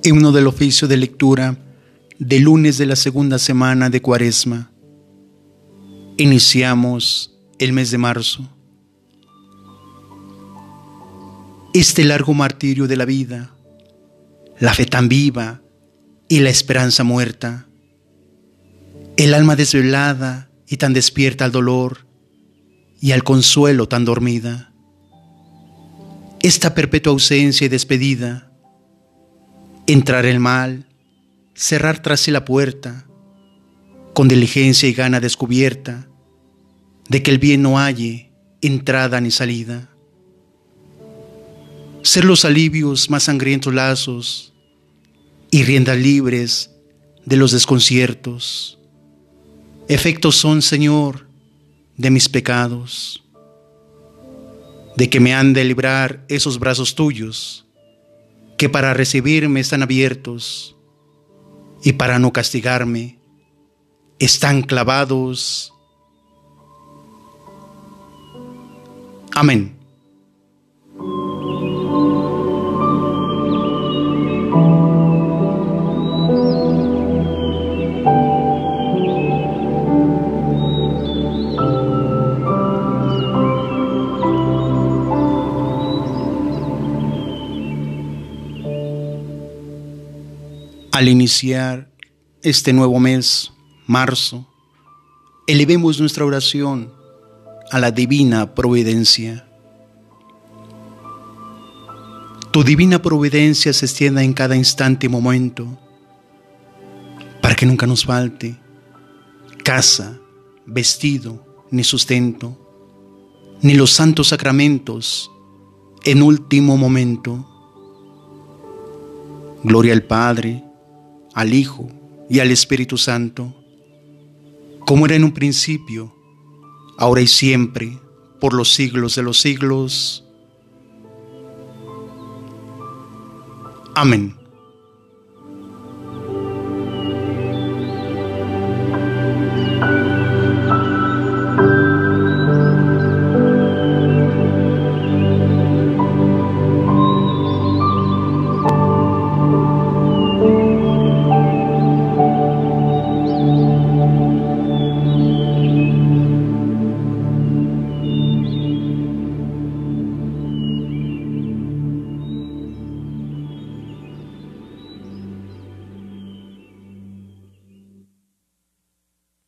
Himno del oficio de lectura del lunes de la segunda semana de Cuaresma. Iniciamos el mes de marzo. Este largo martirio de la vida, la fe tan viva y la esperanza muerta, el alma desvelada y tan despierta al dolor y al consuelo tan dormida, esta perpetua ausencia y despedida, entrar el mal, cerrar tras sí la puerta, con diligencia y gana descubierta, de que el bien no halle entrada ni salida. Ser los alivios más sangrientos lazos y riendas libres de los desconciertos. Efectos son, Señor, de mis pecados, de que me han de librar esos brazos tuyos, que para recibirme están abiertos y para no castigarme están clavados. Amén. Al iniciar este nuevo mes, marzo, elevemos nuestra oración a la divina providencia. Tu divina providencia se extienda en cada instante y momento, para que nunca nos falte casa, vestido, ni sustento, ni los santos sacramentos en último momento. Gloria al Padre, al Hijo y al Espíritu Santo, como era en un principio, ahora y siempre, por los siglos de los siglos. Amén.